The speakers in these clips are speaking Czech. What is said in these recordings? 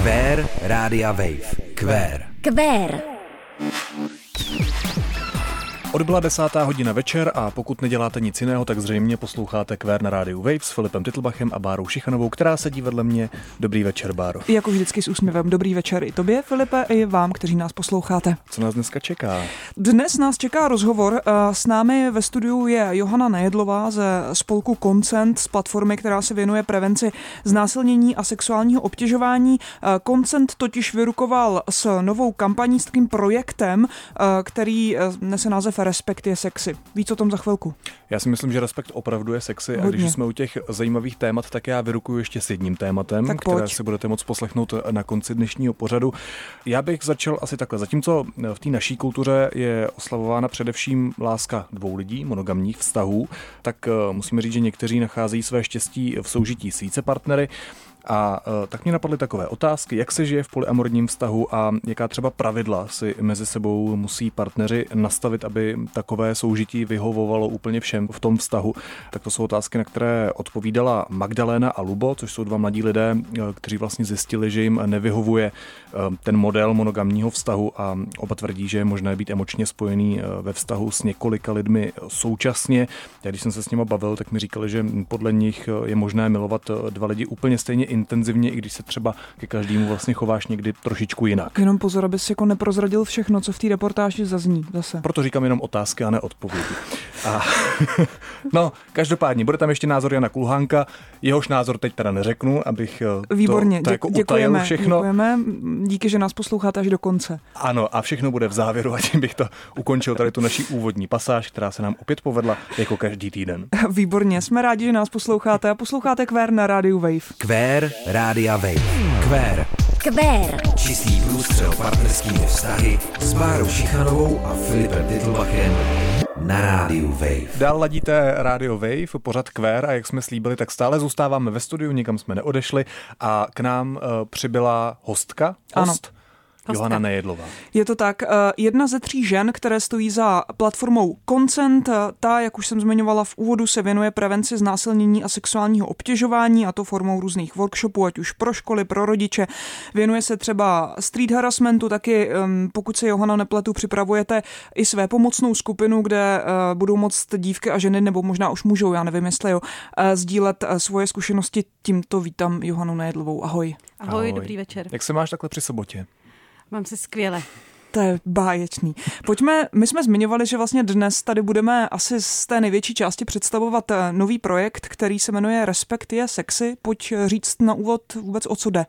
Kvér Rádia Wave. Kvér. Kvér. Odbyla 10. hodina večer a pokud neděláte nic jiného, tak zřejmě posloucháte Kvér na rádiu Wave s Filipem Titlbachem a Bárou Šichanovou, která sedí vedle mě. Dobrý večer, Báro. Jako vždycky s úsměvem. Dobrý večer i tobě, Filipe, i vám, kteří nás posloucháte. Co nás dneska čeká? Dnes nás čeká rozhovor. S námi ve studiu je Johana Nejedlová ze spolku Consent, z platformy, která se věnuje prevenci znásilnění a sexuálního obtěžování. Consent totiž vyrukoval s novou kampaní, s takovým projektem, který nese název Respekt je sexy. Víc o tom za chvilku. Já si myslím, že respekt opravdu je sexy. Hodně. A když jsme u těch zajímavých témat, tak já vyrukuju ještě s jedním tématem, které si budete moct poslechnout na konci dnešního pořadu. Já bych začal asi takhle. Zatímco v té naší kultuře je oslavována především láska dvou lidí, monogamních vztahů, tak musíme říct, že někteří nacházejí své štěstí v soužití s více partnery. A tak mě napadly takové otázky, jak se žije v polyamorním vztahu a jaká třeba pravidla si mezi sebou musí partneři nastavit, aby takové soužití vyhovovalo úplně všem v tom vztahu. Tak to jsou otázky, na které odpovídala Magdalena a Lubo, což jsou dva mladí lidé, kteří vlastně zjistili, že jim nevyhovuje ten model monogamního vztahu a oba tvrdí, že je možné být emočně spojený ve vztahu s několika lidmi současně. Já když jsem se s nimi bavil, tak mi říkali, že podle nich je možné milovat dva lidi úplně stejně intenzivně, i když se třeba ke každému vlastně chováš někdy trošičku jinak. Jenom pozor, abys jako neprozradil všechno, co v té reportáži zazní zase. Proto říkám jenom otázky a ne odpovědi. No, každopádně, bude tam ještě názor Jana Kulhánka, jehož názor teď teda neřeknu, abych Výborně, to jako utajil všechno. Děkujeme, díky, že nás posloucháte až do konce. Ano, a všechno bude v závěru a tím bych to ukončil tady tu naší úvodní pasáž, která se nám opět povedla jako každý týden. Výborně, jsme rádi, že nás posloucháte a posloucháte Kvér na rádiu Wave. Kvér Rádia Wave. Kvér. Kvér. Čistý průstřel partnerskými vztahy s Bárou Šichanovou a Filipem Titlbachem na rádiu Wave. Dál ladíte rádio Wave, pořad Kvér a jak jsme slíbili, tak stále zůstáváme ve studiu, nikam jsme neodešli a k nám přibyla hostka. Johana Nejedlová. Je to tak. Jedna ze 3 žen, které stojí za platformou Consent, ta, jak už jsem zmiňovala v úvodu, se věnuje prevenci znásilnění a sexuálního obtěžování, a to formou různých workshopů, ať už pro školy, pro rodiče. Věnuje se třeba street harassmentu, taky, pokud se Johana nepletu, připravujete i své pomocnou skupinu, kde budou moct dívky a ženy, nebo možná už můžou, já nevím, jestli jo, sdílet svoje zkušenosti. Tímto vítám Johanu Nejedlovou. Ahoj. Ahoj, dobrý večer. Jak se máš takhle při sobotě? Mám se skvěle. To je báječný. Pojďme, my jsme zmiňovali, že vlastně dnes tady budeme asi z té největší části představovat nový projekt, který se jmenuje Respekt je sexy. Pojď říct na úvod vůbec, o co jde.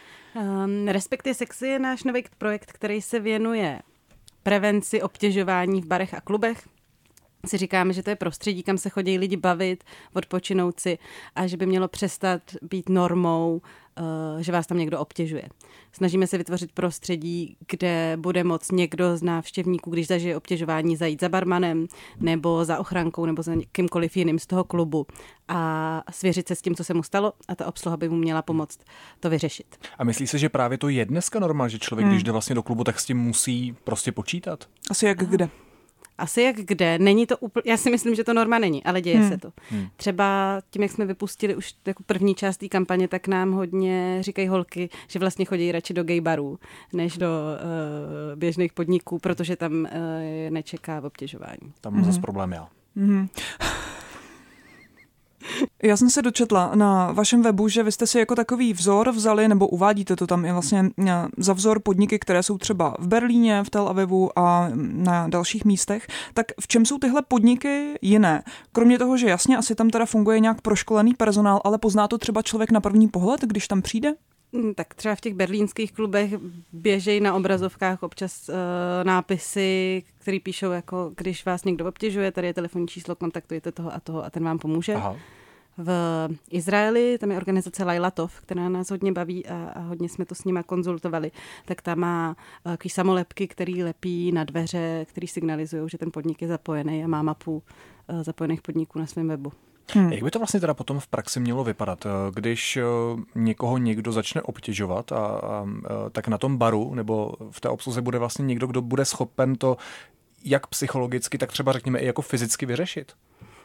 Respekt je sexy je náš nový projekt, který se věnuje prevenci obtěžování v barech a klubech. Si říkáme, že to je prostředí, kam se chodí lidi bavit, odpočinout si a že by mělo přestat být normou, že vás tam někdo obtěžuje. Snažíme se vytvořit prostředí, kde bude moct někdo z návštěvníků, když zažije obtěžování, zajít za barmanem nebo za ochrankou nebo za kýmkoliv jiným z toho klubu a svěřit se s tím, co se mu stalo, a ta obsluha by mu měla pomoct to vyřešit. A myslíš si, že právě to je dneska norma, že člověk, když jde vlastně do klubu, tak s tím musí prostě počítat? Asi jak kde? Asi jak kde. Není to úplně, já si myslím, že to norma není, ale děje se to. Třeba tím, jak jsme vypustili už jako první část té kampaně, tak nám hodně říkají holky, že vlastně chodí radši do gay barů, než do běžných podniků, protože tam nečeká obtěžování. Tam mám zase problém já. Já jsem se dočetla na vašem webu, že vy jste si jako takový vzor vzali, nebo uvádíte to tam i vlastně za vzor podniky, které jsou třeba v Berlíně, v Tel Avivu a na dalších místech. Tak v čem jsou tyhle podniky jiné? Kromě toho, že jasně asi tam teda funguje nějak proškolený personál, ale pozná to třeba člověk na první pohled, když tam přijde? Tak třeba v těch berlínských klubech běžejí na obrazovkách občas nápisy, které píšou jako, když vás někdo obtěžuje, tady je telefonní číslo, kontaktujete toho a ten vám pomůže. Aha. V Izraeli, tam je organizace Lailatov, která nás hodně baví a hodně jsme to s nima konzultovali, tak tam má takový samolepky, který lepí na dveře, který signalizují, že ten podnik je zapojený a má mapu zapojených podniků na svém webu. Jak by to vlastně teda potom v praxi mělo vypadat, když někoho někdo začne obtěžovat tak na tom baru nebo v té obsluze bude vlastně někdo, kdo bude schopen to jak psychologicky, tak třeba řekněme i jako fyzicky vyřešit?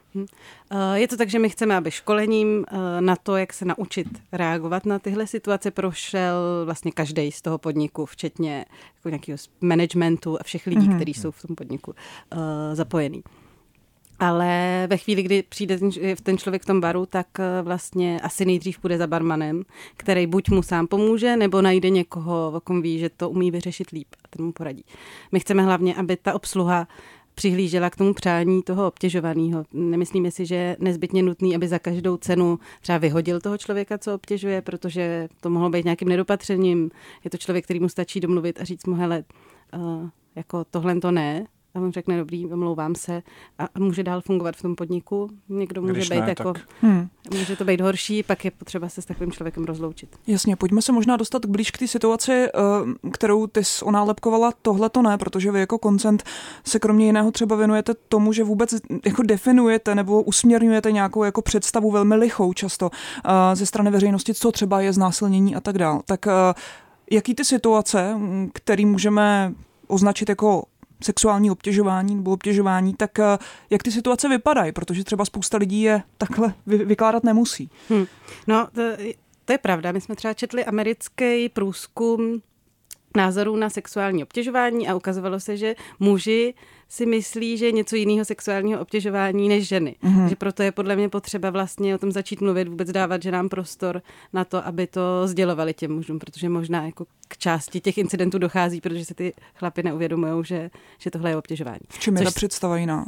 Je to tak, že my chceme, aby školením na to, jak se naučit reagovat na tyhle situace, prošel vlastně každý z toho podniku, včetně jako nějakého managementu a všech lidí, kteří jsou v tom podniku zapojení. Ale ve chvíli, kdy přijde ten člověk v tom baru, tak vlastně asi nejdřív půjde za barmanem, který buď mu sám pomůže, nebo najde někoho, o kom ví, že to umí vyřešit líp a ten mu poradí. My chceme hlavně, aby ta obsluha přihlížela k tomu přání toho obtěžovaného. Nemyslíme si, že je nezbytně nutný, aby za každou cenu třeba vyhodil toho člověka, co obtěžuje, protože to mohlo být nějakým nedopatřením. Je to člověk, který mu stačí domluvit a říct mu, hele, jako tohle to ne. A on řekne, dobrý, omlouvám se a může dál fungovat v tom podniku. Někdo může být ne, jako, může to být horší, pak je potřeba se s takovým člověkem rozloučit. Jasně, pojďme se možná dostat blíž k té situaci, kterou ty jsi onálepkovala, tohle to ne, protože vy jako koncent se kromě jiného třeba věnujete tomu, že vůbec jako definujete nebo usměrňujete nějakou jako představu velmi lichou často ze strany veřejnosti, co třeba je znásilnění a tak dál. Tak jaký ty situace, který můžeme označit jako sexuální obtěžování nebo obtěžování, tak jak ty situace vypadají, protože třeba spousta lidí je takhle vykládat nemusí. No, to je pravda. My jsme třeba četli americký průzkum názorů na sexuální obtěžování a ukazovalo se, že muži si myslí, že je něco jiného sexuálního obtěžování než ženy. Že proto je podle mě potřeba vlastně o tom začít mluvit, vůbec dávat ženám prostor na to, aby to sdělovali těm mužům, protože možná jako k části těch incidentů dochází, protože se ty chlapi neuvědomujou, že tohle je obtěžování. V čem je ta představa jiná?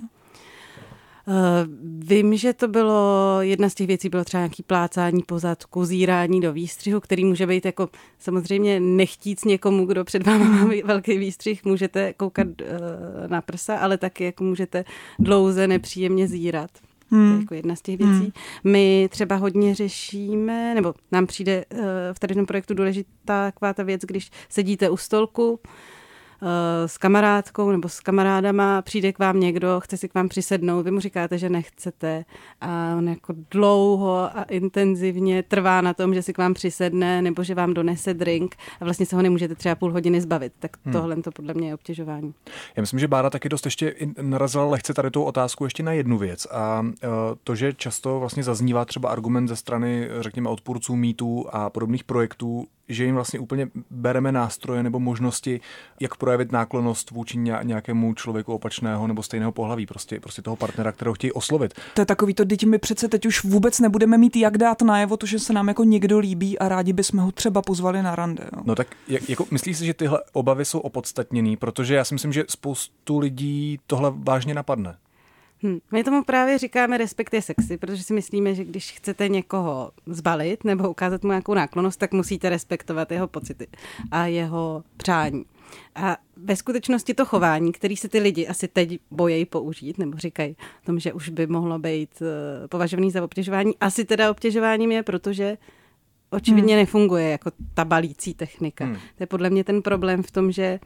Vím, že to bylo, jedna z těch věcí bylo třeba nějaký plácání po zadku, zírání do výstřihu, který může být jako samozřejmě nechtíc někomu, kdo před vámi má velký výstřih, můžete koukat na prsa, ale taky jako můžete dlouze nepříjemně zírat. To je jako jedna z těch věcí. My třeba hodně řešíme, nebo nám přijde v tady tom projektu důležitá taková ta věc, když sedíte u stolku s kamarádkou nebo s kamarádama, přijde k vám někdo, chce si k vám přisednout, vy mu říkáte, že nechcete a on jako dlouho a intenzivně trvá na tom, že si k vám přisedne nebo že vám donese drink a vlastně se ho nemůžete třeba půl hodiny zbavit. Tak tohle to podle mě je obtěžování. Já myslím, že Bára taky dost ještě narazila lehce tady tou otázku ještě na jednu věc a to, že často vlastně zaznívá třeba argument ze strany, řekněme, odpůrců mýtů a podobných projektů, že jim vlastně úplně bereme nástroje nebo možnosti, jak projevit náklonnost vůči nějakému člověku opačného nebo stejného pohlaví, prostě toho partnera, kterého chtějí oslovit. To je takový to, my přece teď už vůbec nebudeme mít jak dát najevo to, že se nám jako někdo líbí a rádi bychom ho třeba pozvali na rande. Jo? No tak jako myslíš si, že tyhle obavy jsou opodstatněný, protože já si myslím, že spoustu lidí tohle vážně napadne. My tomu právě říkáme respekt je sexy, protože si myslíme, že když chcete někoho zbalit nebo ukázat mu nějakou náklonnost, tak musíte respektovat jeho pocity a jeho přání. A ve skutečnosti to chování, který se ty lidi asi teď bojejí použít, nebo říkají tomu, že už by mohlo být považovaný za obtěžování, asi teda obtěžováním je, protože očividně nefunguje jako ta balící technika. To je podle mě ten problém v tom, že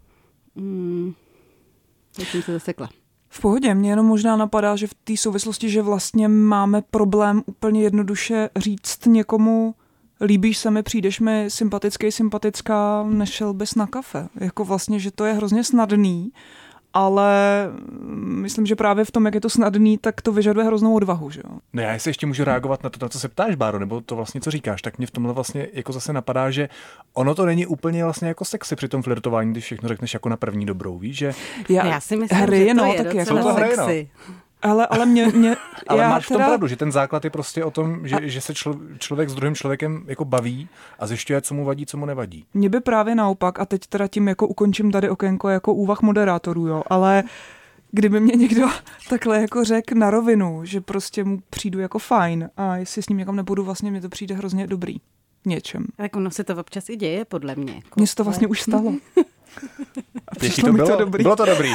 jak jsem se zasekla. V pohodě, mě jenom možná napadá, že v té souvislosti, že vlastně máme problém úplně jednoduše říct někomu, líbíš se mi, přijdeš mi sympatický, sympatická, nešel bys na kafe. Jako vlastně, že to je hrozně snadný, ale myslím, že právě v tom, jak je to snadný, tak to vyžaduje hroznou odvahu, že jo? No já si ještě můžu reagovat na to, na co se ptáš, Báro, nebo to vlastně, co říkáš, tak mě v tomhle vlastně jako zase napadá, že ono to není úplně vlastně jako sexy při tom flirtování, když všechno řekneš jako na první dobrou, víš, že... Já si myslím, že to je docela sexy. Ale mě ale máš v tom pravdu, že ten základ je prostě o tom, že se člověk s druhým člověkem jako baví a zjišťuje, co mu vadí, co mu nevadí. Mně by právě naopak, a teď teda tím jako ukončím tady okénko jako úvah moderátorů, jo, ale kdyby mě někdo takhle jako řekl na rovinu, že prostě mu přijdu jako fajn a jestli s ním někam nebudu, vlastně mě to přijde hrozně dobrý něčem. Tak ono se to občas i děje, podle mě. Jako, mně se to vlastně už stalo. A přišlo mi to dobrý. Bylo to dobrý.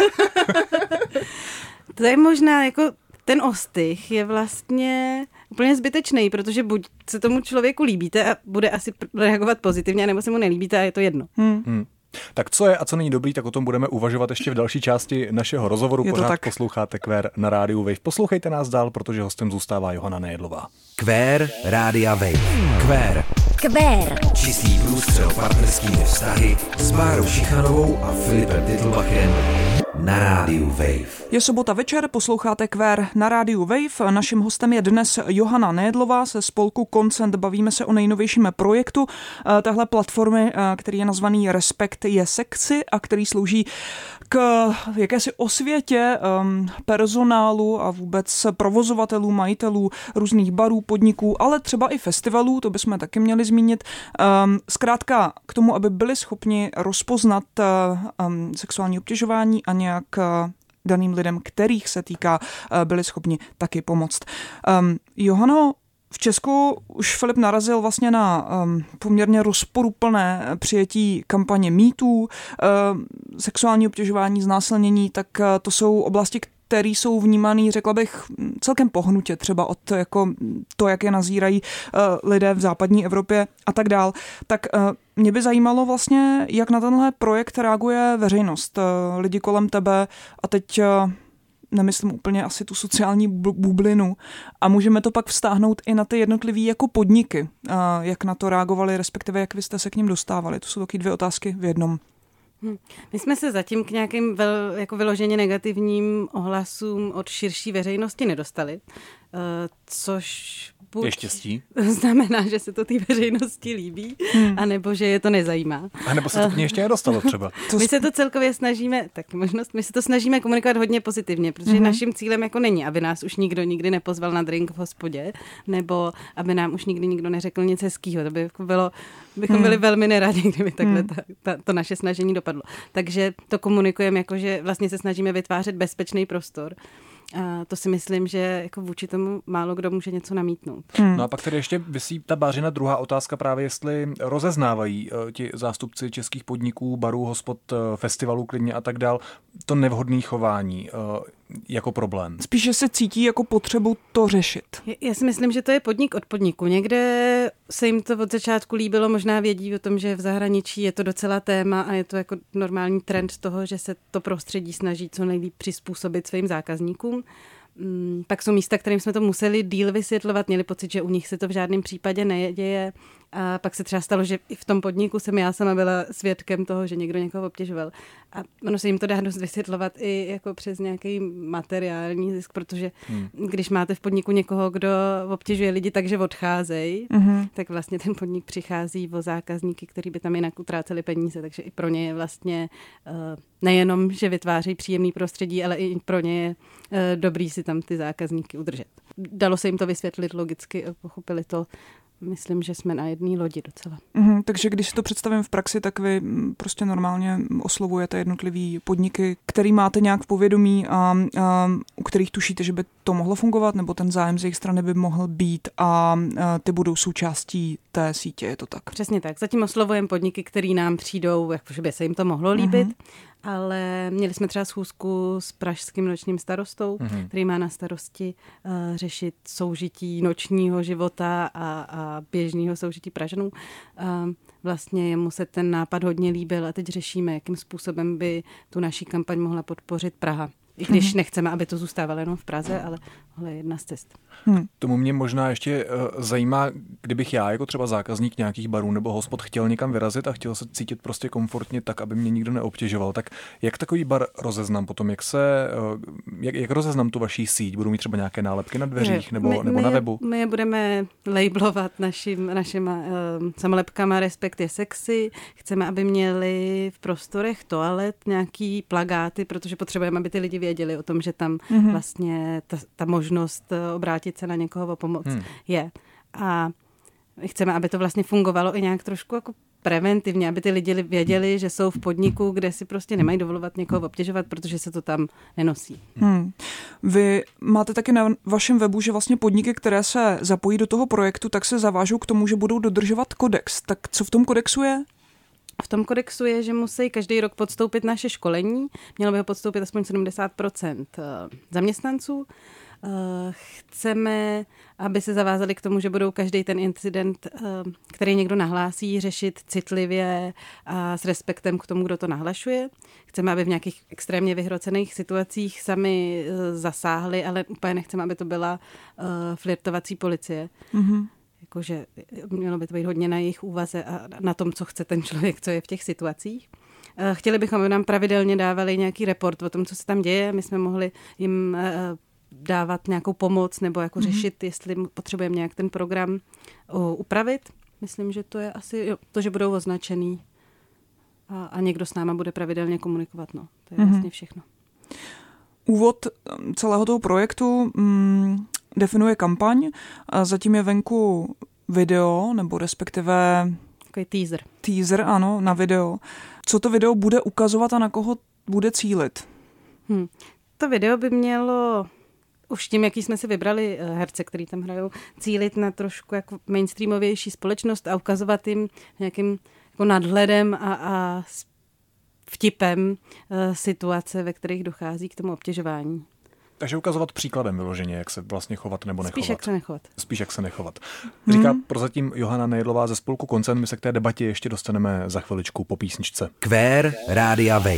To je možná jako ten ostych je vlastně úplně zbytečný, protože buď se tomu člověku líbíte a bude asi reagovat pozitivně, nebo se mu nelíbíte a je to jedno. Tak co je a co není dobrý, tak o tom budeme uvažovat ještě v další části našeho rozhovoru. Pořád posloucháte Kvér na rádiu Wave. Poslouchejte nás dál, protože hostem zůstává Johana Nejedlová. Kvér Rádia Wave. Kvér. Čistý průstřel partnerskými vztahy s Bárou Šichanovou a Filipem Titlbachem na rádiu Wave. Je sobota večer, posloucháte Queer na rádiu Wave. Naším hostem je dnes Johana Nédlová ze spolku Consent. Bavíme se o nejnovějším projektu téhle platformy, který je nazvaný Respekt je sexy a který slouží k jakési osvětě personálu a vůbec provozovatelů, majitelů různých barů, podniků, ale třeba i festivalů, to bychom taky měli zmínit. Zkrátka k tomu, aby byli schopni rozpoznat sexuální obtěžování a nějak daným lidem, kterých se týká, byli schopni taky pomoct. Johano, v Česku už Filip narazil vlastně na poměrně rozporuplné přijetí kampaně MeToo, sexuální obtěžování, znásilnění, tak to jsou oblasti, které jsou vnímané, řekla bych, celkem pohnutě, třeba od jako to, jak je nazírají lidé v západní Evropě a tak dál. Tak mě by zajímalo vlastně, jak na tenhle projekt reaguje veřejnost, lidi kolem tebe a teď nemyslím úplně asi tu sociální bublinu a můžeme to pak vztáhnout i na ty jednotlivý jako podniky, jak na to reagovali, respektive jak vy jste se k nim dostávali. To jsou taky 2 otázky v jednom. My jsme se zatím k nějakým jako vyloženě negativním ohlasům od širší veřejnosti nedostali, což je štěstí. Znamená, že se to té veřejnosti líbí, anebo že je to nezajímá. A nebo se to k ní ještě nedostalo třeba. My se to celkově snažíme, my se to snažíme komunikovat hodně pozitivně, protože naším cílem jako není, aby nás už nikdo nikdy nepozval na drink v hospodě, nebo aby nám už nikdy nikdo neřekl nic hezkýho. To by jako bychom byli velmi nerádi, kdyby takhle to naše snažení dopadlo. Takže to komunikujeme jako, že vlastně se snažíme vytvářet bezpečný prostor. A to si myslím, že jako vůči tomu málo kdo může něco namítnout. No a pak tady ještě visí ta bářina druhá otázka právě, jestli rozeznávají ti zástupci českých podniků, barů, hospod, festivalů klidně a tak dál to nevhodné chování jako problém. Spíše se cítí jako potřebu to řešit. Já si myslím, že to je podnik od podniku. Někde se jim to od začátku líbilo, možná vědí o tom, že v zahraničí je to docela téma a je to jako normální trend toho, že se to prostředí snaží co nejlíp přizpůsobit svým zákazníkům. Pak jsou místa, kterým jsme to museli díl vysvětlovat, měli pocit, že u nich se to v žádném případě neděje. A pak se třeba stalo, že i v tom podniku jsem já sama byla svědkem toho, že někdo někoho obtěžoval. A ono se jim to dá dost vysvětlovat i jako přes nějaký materiální zisk, protože když máte v podniku někoho, kdo obtěžuje lidi tak, že odcházejí, tak vlastně ten podnik přichází o zákazníky, který by tam jinak utráceli peníze. Takže i pro ně je vlastně nejenom, že vytváří příjemný prostředí, ale i pro ně je dobrý si tam ty zákazníky udržet. Dalo se jim to vysvětlit logicky, pochopili to. Myslím, že jsme na jedné lodi docela. Takže když si to představím v praxi, tak vy prostě normálně oslovujete jednotlivý podniky, který máte nějak v povědomí a u kterých tušíte, že by to mohlo fungovat, nebo ten zájem z jejich strany by mohl být a ty budou součástí té sítě, je to tak? Přesně tak. Zatím oslovujeme podniky, který nám přijdou, jakože by se jim to mohlo líbit, ale měli jsme třeba schůzku s pražským nočním starostou, který má na starosti řešit soužití nočního života a běžného soužití Pražanů. Vlastně jemu se ten nápad hodně líbil a teď řešíme, jakým způsobem by tu naší kampaň mohla podpořit Praha. I když nechceme, aby to zůstávalo jenom v Praze, ale tohle je jedna z cest. Tomu mě možná ještě zajímá, kdybych já jako třeba zákazník nějakých barů nebo hospod chtěl někam vyrazit a chtěl se cítit prostě komfortně tak, aby mě nikdo neobtěžoval, tak jak takový bar rozeznám potom? Jak rozeznám tu vaší síť? Budou mít třeba nějaké nálepky na dveřích nebo na webu? My je budeme labelovat našima samolepkama Respekt je sexy. Chceme, aby měli v prostorech toalet nějaký plakáty, protože potřebujeme, aby ty lidi věděli o tom, že tam vlastně ta možnost obrátit se na někoho o pomoc je. A chceme, aby to vlastně fungovalo i nějak trošku jako preventivně, aby ty lidi věděli, že jsou v podniku, kde si prostě nemají dovolovat někoho obtěžovat, protože se to tam nenosí. Vy máte taky na vašem webu, že vlastně podniky, které se zapojí do toho projektu, tak se zavážou k tomu, že budou dodržovat kodex. Tak co v tom kodexu je? V tom kodexu je, že musí každý rok podstoupit naše školení. Mělo by ho podstoupit aspoň 70% zaměstnanců. Chceme, aby se zavázali k tomu, že budou každý ten incident, který někdo nahlásí, řešit citlivě a s respektem k tomu, kdo to nahlašuje. Chceme, aby v nějakých extrémně vyhrocených situacích sami zasáhli, ale úplně nechceme, aby to byla flirtovací policie. Jakože mělo by to být hodně na jejich úvaze a na tom, co chce ten člověk, co je v těch situacích. chtěli bychom, aby nám pravidelně dávali nějaký report o tom, co se tam děje. My jsme mohli jim dávat nějakou pomoc nebo jako řešit, jestli potřebujeme nějak ten program upravit. Myslím, že to je asi to, že budou označený a někdo s náma bude pravidelně komunikovat. No. To je vlastně všechno. Úvod celého toho projektu definuje kampaň a zatím je venku video, nebo respektive takový teaser. Teaser, ano, na video. Co to video bude ukazovat a na koho bude cílit? To video by mělo, už tím, jaký jsme si vybrali herce, který tam hrajou, cílit na trošku jako mainstreamovější společnost a ukazovat jim nějakým jako nadhledem a vtipem situace, ve kterých dochází k tomu obtěžování. Takže ukazovat příkladem vyloženě, jak se vlastně chovat nebo nechovat. Spíš jak se nechovat. Říká prozatím Johana Nejedlová ze spolku Koncent. My se k té debatě ještě dostaneme za chviličku po písničce. Kvér Rádia Wave.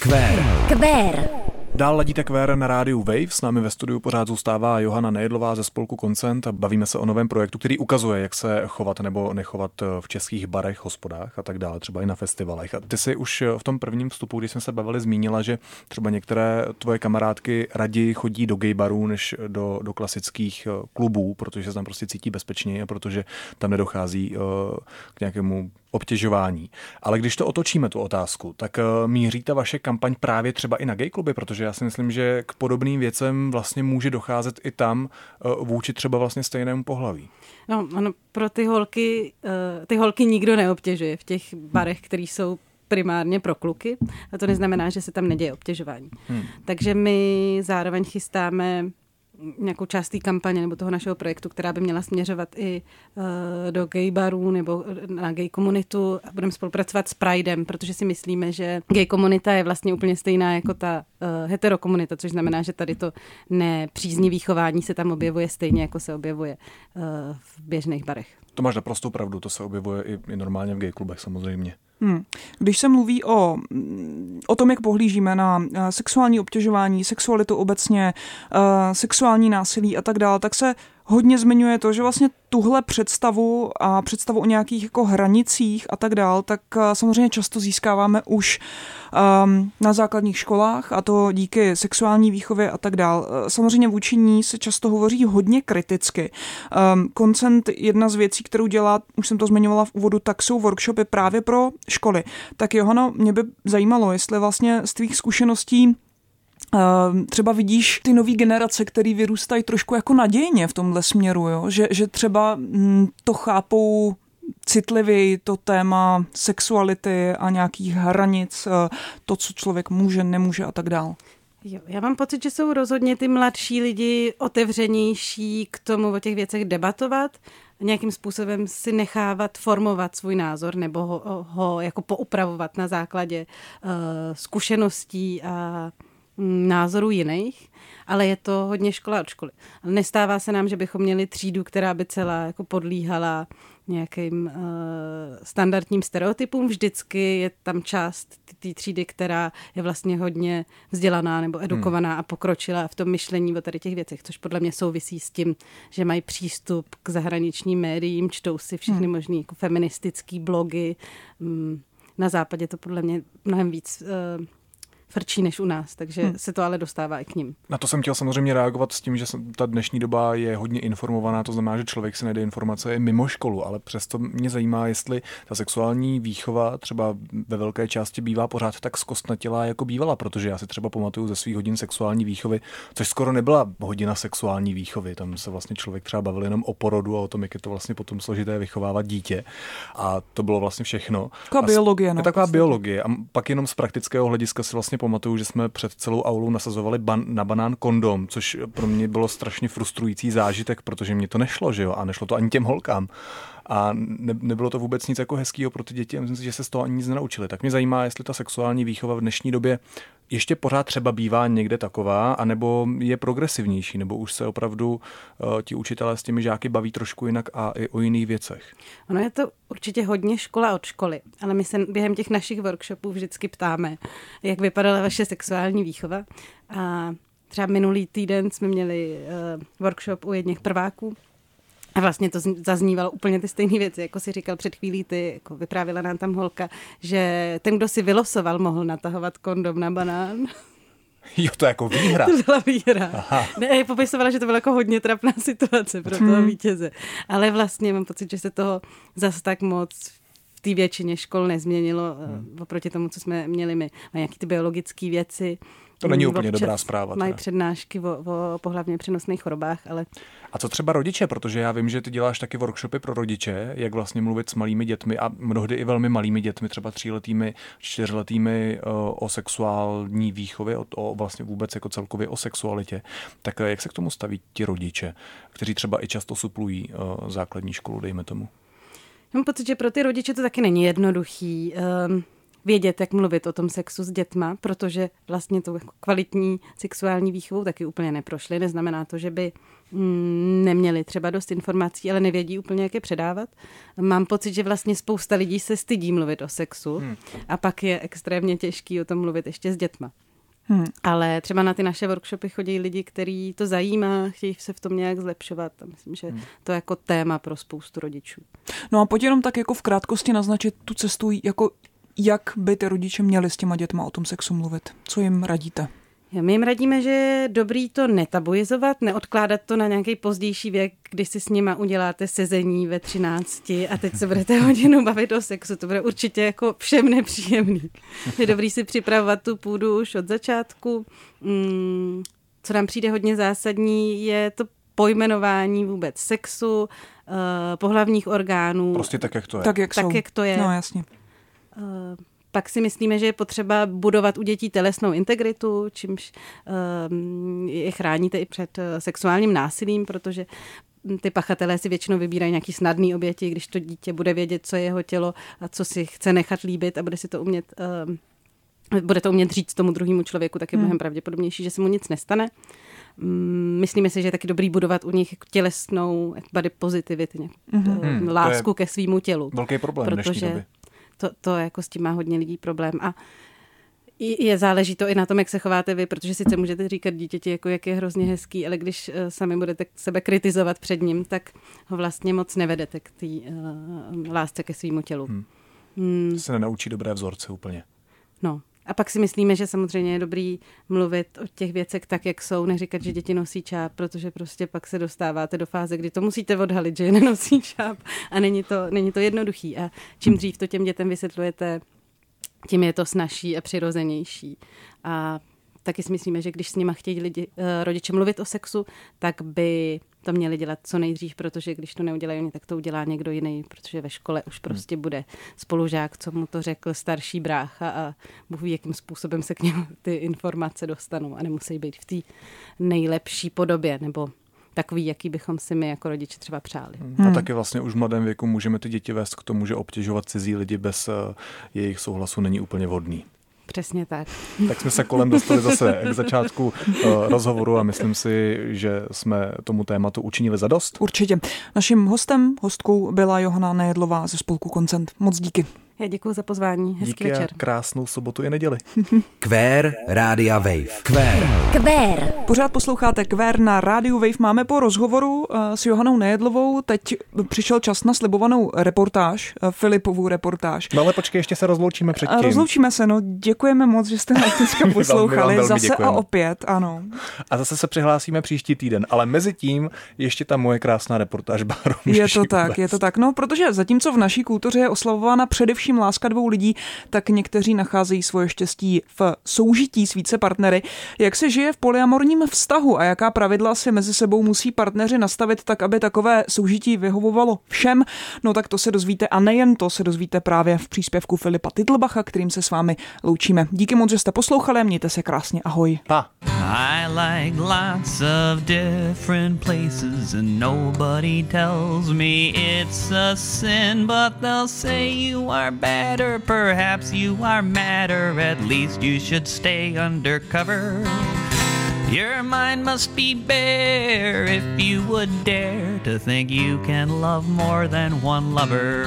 Kvér. Dál ladíte Kvér na rádiu Wave. S námi ve studiu pořád zůstává Johana Nejedlová ze spolku Koncent a bavíme se o novém projektu, který ukazuje, jak se chovat nebo nechovat v českých barech, hospodách a tak dále, třeba i na festivalech. A ty si už v tom prvním vstupu, když jsme se bavili, zmínila, že třeba některé tvoje kamarádky raději chodí do gay barů než do klasických klubů, protože se tam prostě cítí bezpečněji a protože tam nedochází k nějakému obtěžování. Ale když to otočíme, tu otázku, tak míří ta vaše kampaň právě třeba i na gay kluby, protože já si myslím, že k podobným věcem vlastně může docházet i tam vůči třeba vlastně stejnému pohlaví. No, ano, pro ty holky nikdo neobtěžuje v těch barech, který jsou primárně pro kluky, a to neznamená, že se tam neděje obtěžování. Takže my zároveň chystáme nějakou část té kampaně nebo toho našeho projektu, která by měla směřovat i do gay barů nebo na gay komunitu. Budeme spolupracovat s Pridem, protože si myslíme, že gay komunita je vlastně úplně stejná jako ta heterokomunita, což znamená, že tady to nepříznivý chování se tam objevuje stejně, jako se objevuje v běžných barech. To máš naprostou pravdu, to se objevuje i normálně v gay klubech samozřejmě. Když se mluví o tom, jak pohlížíme na sexuální obtěžování, sexualitu obecně, sexuální násilí a tak dále, tak se hodně zmiňuje to, že vlastně tuhle představu a představu o nějakých jako hranicích a tak dále, tak samozřejmě často získáváme už na základních školách, a to díky sexuální výchově a tak dále. Samozřejmě vůči ní se často hovoří hodně kriticky. Koncent, jedna z věcí, kterou dělá, už jsem to zmiňovala v úvodu, tak jsou workshopy právě pro školy. Tak Johano, mě by zajímalo, jestli vlastně z tvých zkušeností třeba vidíš ty nový generace, který vyrůstají trošku jako nadějně v tomhle směru, jo? Že třeba to chápou citlivěji, to téma sexuality a nějakých hranic, to, co člověk může, nemůže a tak dál. Jo, já mám pocit, že jsou rozhodně ty mladší lidi otevřenější k tomu o těch věcech debatovat, nějakým způsobem si nechávat formovat svůj názor nebo ho jako poupravovat na základě zkušeností a názorů jiných, ale je to hodně škola od školy. Nestává se nám, že bychom měli třídu, která by celá jako podlíhala nějakým standardním stereotypům. Vždycky je tam část té třídy, která je vlastně hodně vzdělaná nebo edukovaná a pokročila v tom myšlení o tady těch věcech, což podle mě souvisí s tím, že mají přístup k zahraničním médiím, čtou si všechny možný jako feministický blogy. Na západě to podle mě mnohem víc frčí než u nás, takže se to ale dostává i k nim. Na to jsem chtěl samozřejmě reagovat s tím, že ta dnešní doba je hodně informovaná, to znamená, že člověk si najde informace i mimo školu, ale přesto mě zajímá, jestli ta sexuální výchova třeba ve velké části bývá pořád tak zkostnatělá, jako bývala, protože já si třeba pamatuju ze svých hodin sexuální výchovy, což skoro nebyla hodina sexuální výchovy, tam se vlastně člověk třeba bavil jenom o porodu a o tom, jak je to vlastně potom složité vychovávat dítě, a to bylo vlastně všechno. Taková biologie, no. Taková biologie, a pak jenom z praktického hlediska si vlastně pamatuju, že jsme před celou aulou nasazovali na banán kondom, což pro mě bylo strašně frustrující zážitek, protože mě to nešlo, že jo, a nešlo to ani těm holkám. A nebylo to vůbec nic jako hezkýho pro ty děti a myslím si, že se z toho ani nic nenaučili. Tak mě zajímá, jestli ta sexuální výchova v dnešní době ještě pořád třeba bývá někde taková, anebo je progresivnější, nebo už se opravdu ti učitelé s těmi žáky baví trošku jinak a i o jiných věcech. Ono je to určitě hodně škola od školy, ale my se během těch našich workshopů vždycky ptáme, jak vypadala vaše sexuální výchova. A třeba minulý týden jsme měli workshop u jedněch prváků, A vlastně to zaznívalo úplně ty stejné věci, jako si říkal před chvílí ty, jako vyprávěla nám tam holka, že ten, kdo si vylosoval, mohl natahovat kondom na banán. Jo, to je jako výhra. To byla výhra. Aha. Ne, popisovala, že to byla jako hodně trapná situace pro toho vítěze. Ale vlastně mám pocit, že se toho zas tak moc v té většině škol nezměnilo oproti tomu, co jsme měli my. Mají nějaké ty biologické věci. To není úplně dobrá zpráva. Mají přednášky o pohlavně přenosných chorobách, ale... A co třeba rodiče, protože já vím, že ty děláš taky workshopy pro rodiče, jak vlastně mluvit s malými dětmi a mnohdy i velmi malými dětmi, třeba 3letými, 4letými o sexuální výchově, o vlastně vůbec jako celkově o sexualitě. Tak jak se k tomu staví ti rodiče, kteří třeba i často suplují základní školu, dejme tomu? Mám pocit, že pro ty rodiče to taky není jednoduchý vědět, jak mluvit o tom sexu s dětma, protože vlastně tou jako kvalitní sexuální výchovou taky úplně neprošli. Neznamená to, že by neměli třeba dost informací, ale nevědí úplně, jak je předávat. Mám pocit, že vlastně spousta lidí se stydí mluvit o sexu a pak je extrémně těžký o tom mluvit ještě s dětma. Ale třeba na ty naše workshopy chodí lidi, který to zajímá, chtějí se v tom nějak zlepšovat a myslím, že to je jako téma pro spoustu rodičů. No a pojď jenom tak jako v krátkosti naznačit tu cestu, jako jak by ty rodiče měli s těma dětma o tom sexu mluvit? Co jim radíte? My jim radíme, že je dobrý to netabuizovat, neodkládat to na nějaký pozdější věk, když si s nima uděláte sezení ve 13 a teď se budete hodinu bavit o sexu. To bude určitě jako všem nepříjemný. Je dobrý si připravovat tu půdu už od začátku. Co nám přijde hodně zásadní, je to pojmenování vůbec sexu, pohlavních orgánů. Prostě tak, jak to je. Tak, jak to je. No, jasně. Pak si myslíme, že je potřeba budovat u dětí tělesnou integritu, čímž je chráníte i před sexuálním násilím, protože ty pachatelé si většinou vybírají nějaký snadný oběti, když to dítě bude vědět, co je jeho tělo a co si chce nechat líbit a bude to umět říct tomu druhému člověku, tak je mnohem pravděpodobnější, že se mu nic nestane. Myslíme si, že je taky dobrý budovat u nich tělesnou body positivity, lásku ke svýmu tělu. Velký problém dnešní doby. To jako s tím má hodně lidí problém a záleží to i na tom, jak se chováte vy, protože sice můžete říkat dítěti, jako jak je hrozně hezký, ale když sami budete sebe kritizovat před ním, tak ho vlastně moc nevedete k té lásce ke svýmu tělu. Se nenaučí dobré vzorce úplně. No. A pak si myslíme, že samozřejmě je dobrý mluvit o těch věcech tak, jak jsou, neříkat, že děti nosí čáp, protože prostě pak se dostáváte do fáze, kdy to musíte odhalit, že je nenosí čáp a není to jednoduchý. A čím dřív to těm dětem vysvětlujete, tím je to snazší a přirozenější. A taky si myslíme, že když s nima chtějí rodiče mluvit o sexu, tak by to měli dělat co nejdřív, protože když to neudělají oni, tak to udělá někdo jiný, protože ve škole už prostě bude spolužák, co mu to řekl starší brácha a Bůh ví, jakým způsobem se k němu ty informace dostanou a nemusí být v té nejlepší podobě, nebo takový, jaký bychom si my jako rodiče třeba přáli. A taky vlastně už v mladém věku můžeme ty děti vést k tomu, že obtěžovat cizí lidi bez jejich souhlasu není úplně vhodný. Přesně tak. Tak jsme se kolem dostali zase k začátku rozhovoru a myslím si, že jsme tomu tématu učinili zadost. Určitě. Naším hostkou byla Johana Nejedlová ze spolku Koncent. Moc díky. Já děkuji za pozvání. Hezký večer. Krásnou sobotu i neděli. Kvér Rádia Wave. Kvér. Pořád posloucháte Kvér na Rádiu Wave. Máme po rozhovoru s Johanou Nejedlovou. Teď přišel čas na slibovanou reportáž, Filipovu reportáž. No ale počkej, ještě se rozloučíme předtím. Rozloučíme se, no. Děkujeme moc, že jste nás dneska poslouchali. velmi zase děkujeme. A opět, ano. A zase se přihlásíme příští týden, ale mezi tím ještě ta moje krásná reportáž, Báro. Je to tak. No, protože zatímco v naší kultuře je oslavována především láska dvou lidí, tak někteří nacházejí svoje štěstí v soužití s více partnery. Jak se žije v polyamorním vztahu a jaká pravidla si mezi sebou musí partneři nastavit tak, aby takové soužití vyhovovalo všem? No tak to se dozvíte a nejen to se dozvíte právě v příspěvku Filipa Titlbacha, kterým se s vámi loučíme. Díky moc, že jste poslouchali, mějte se krásně, ahoj. Pa. I like lots of different places and nobody tells me it's a sin, but they'll say you are better, perhaps you are madder, at least you should stay undercover. Your mind must be bare if you would dare to think you can love more than one lover.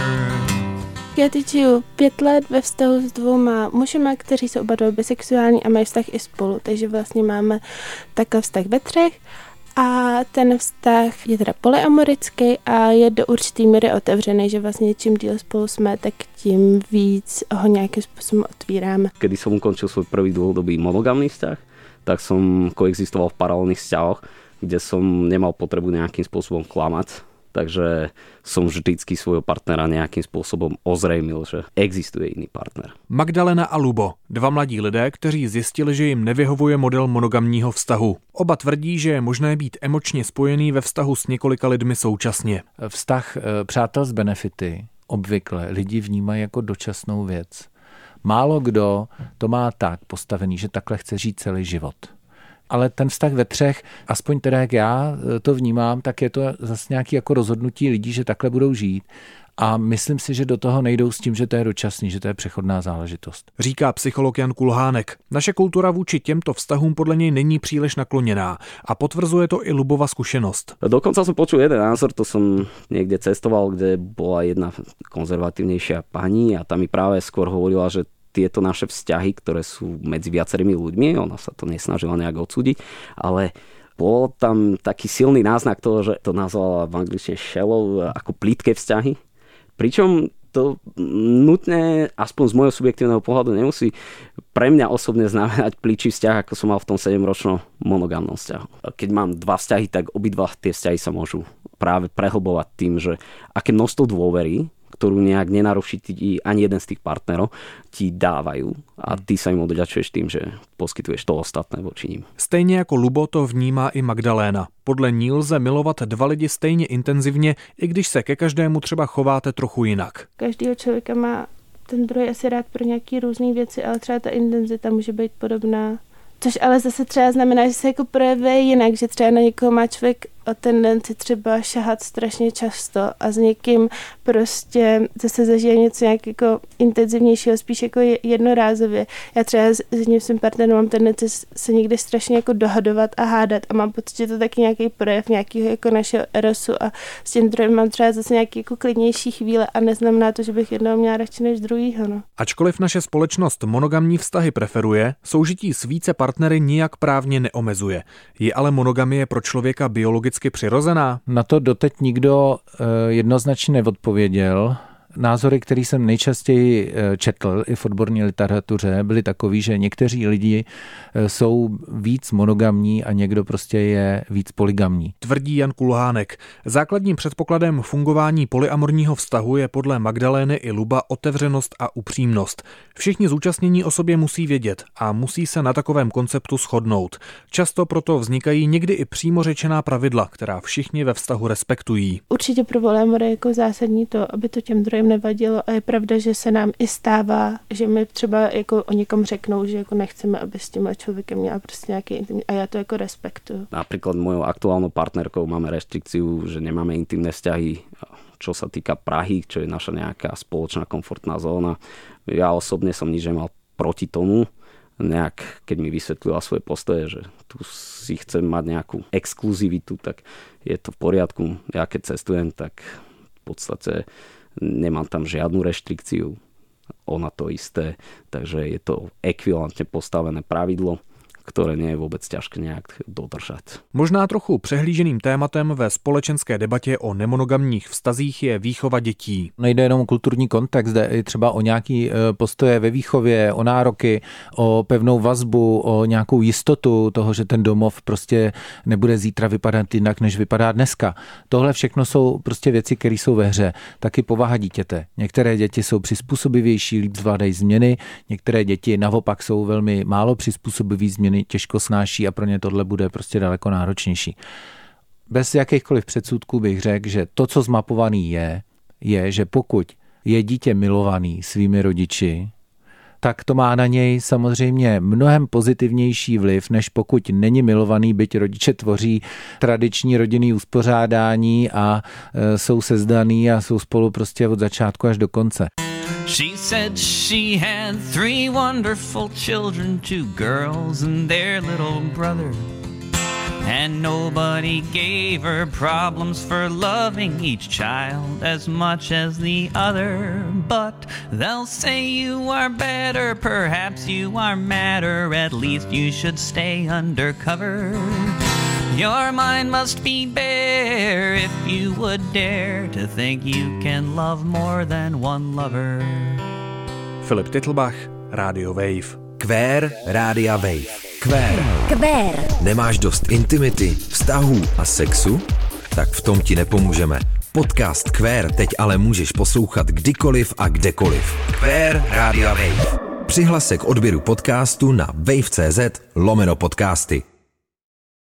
Já teď žiju 5 let ve vztahu s 2 mužema, kteří jsou oba dva bisexuální a mají vztah i spolu, takže vlastně máme takový vztah ve 3 A ten vztah je teda polyamorický a je do určitý míry otevřený, že vlastně čím díl spolu jsme, tak tím víc ho nějakým způsobem otvíráme. Kedy som ukončil svoj prvý dlhodobý monogamný vzťah, tak som koexistoval v paralelných vzťahoch, kde som nemal potrebu nejakým spôsobom klamať. Takže som vždycky svojho partnera nejakým spôsobom ozrejmil, že existuje iný partner. Magdalena a Lubo, dva mladí lidé, kteří zjistili, že jim nevyhovuje model monogamního vztahu. Oba tvrdí, že je možné být emočně spojený ve vztahu s několika lidmi současně. Vztah přátel s benefity obvykle lidi vnímají jako dočasnou věc. Málo kdo to má tak postavený, že takhle chce žít celý život. Ale ten vztah ve třech, aspoň teda jak já to vnímám, tak je to zase nějaké jako rozhodnutí lidí, že takhle budou žít. A myslím si, že do toho nejdou s tím, že to je dočasný, že to je přechodná záležitost. Říká psycholog Jan Kulhánek. Naše kultura vůči těmto vztahům podle něj není příliš nakloněná a potvrzuje to i Lubova zkušenost. Dokonca som počul jeden názor, to som niekde cestoval, kde bola jedna konzervatívnejšia pani a tam mi práve skôr hovorila, že tieto naše vzťahy, ktoré sú medzi viacerými ľuďmi, ona sa to nesnažila nejak odsúdiť, ale bol tam taký silný náznak toho, že to nazvala v angličtine shallow, ako plítke vzťahy. Pričom to nutne, aspoň z môjho subjektívneho pohľadu, nemusí pre mňa osobne znamenať plíčí vzťah, ako som mal v tom 7-ročnom monogamnom vzťahu. Keď mám dva vzťahy, tak obidva tie vzťahy sa môžu práve prehlbovať tým, že aké množstvo dôvery, ktorú nejak nenaruší ani jeden z tých partnerov, ti dávajú a ty sa im odďačuješ tým, že poskytuješ to ostatné voči ním. Stejně jako Lubo to vnímá i Magdaléna. Podle ní lze milovat dva lidi stejně intenzivně, i když se ke každému třeba chováte trochu jinak. Každýho člověka má ten druhý asi rád pro nějaký různý věci, ale třeba ta intenzita může být podobná. Což ale zase třeba znamená, že se jako projevuje jinak, že třeba na někoho má člověk o tendenci třeba šahat strašně často a s někým prostě zase zažije něco nějak jako intenzivnějšího, spíš jako jednorázově. Já třeba s jedním svým partnerem mám tendenci se někdy strašně jako dohadovat a hádat a mám pocit, že to taky nějaký projev nějakého jako našeho erosu a s tím druhým mám třeba zase nějaký jako klidnější chvíle a neznamená to, že bych jednoho měla radši než druhýho. No. Ačkoliv naše společnost monogamní vztahy preferuje, soužití s více partnery nijak právně neomezuje. Je ale monogamie pro člověka biologicky přirozená? Na to doteď nikdo jednoznačně neodpověděl. Názory, které jsem nejčastěji četl i v odborné literatuře, byly takový, že někteří lidi jsou víc monogamní a někdo prostě je víc polygamní. Tvrdí Jan Kulhánek. Základním předpokladem fungování polyamorního vztahu je podle Magdalény i Luba otevřenost a upřímnost. Všichni zúčastnění o sobě musí vědět a musí se na takovém konceptu shodnout. Často proto vznikají někdy i přímo řečená pravidla, která všichni ve vztahu respektují. Určitě pro polyamory je jako zásadní to, aby to těm druhým nevadilo a je pravda, že se nám i stává, že mi třeba jako o někom řeknou, že jako nechceme, aby s tím člověkem měla prostě nějaký intimní a já to jako respektuju. Napríklad mojou aktuálnou partnerkou máme restrikciu, že nemáme intimné vzťahy, čo sa týka Prahy, čo je naša nejaká spoločná komfortná zóna. Ja osobne som nič nemal proti tomu, nejak, keď mi vysvetlila svoje postoje, že tu si chcem mať nejakú exkluzivitu, tak je to v poriadku. Ja keď cestujem, tak v podstate nemám tam žiadnu reštrikciu, ona to isté, takže je to ekvivalentne postavené pravidlo, ktoré nie je vôbec ťažké nejak dodržať. Možná trochu přehlíženým tématem ve společenské debatě o nemonogamních vztazích je výchova dětí. Nejde jenom o kulturní kontext, jde i třeba o nějaký postoje ve výchově, o nároky, o pevnou vazbu, o nějakou jistotu toho, že ten domov prostě nebude zítra vypadat jinak, než vypadá dneska. Tohle všechno jsou prostě věci, které jsou ve hře. Taky povaha dítěte. Některé děti jsou přizpůsobivější, líp zvládají změny, některé děti naopak jsou velmi málo přizpůsobivý změny, těžko snáší a pro ně tohle bude prostě daleko náročnější. Bez jakýchkoliv předsudků bych řekl, že to, co zmapovaný je, že pokud je dítě milovaný svými rodiči, tak to má na něj samozřejmě mnohem pozitivnější vliv, než pokud není milovaný, byť rodiče tvoří tradiční rodinný uspořádání a jsou sezdaný a jsou spolu prostě od začátku až do konce. She said she had 3 wonderful children, 2 girls and their little brother. And nobody gave her problems for loving each child as much as the other. But they'll say you are better, perhaps you are madder, at least you should stay undercover. Your mind must be bare if you would dare to think you can love more than one lover. Filip Titlbach, Radio Wave. Kvér Rádia Wave. Kvér. Nemáš dost intimity, vztahů a sexu? Tak v tom ti nepomůžeme. Podcast Kvér teď ale můžeš poslouchat kdykoliv a kdekoliv. Kvér Rádia Wave. Přihlas se k odběru podcastu na wave.cz/podcasty.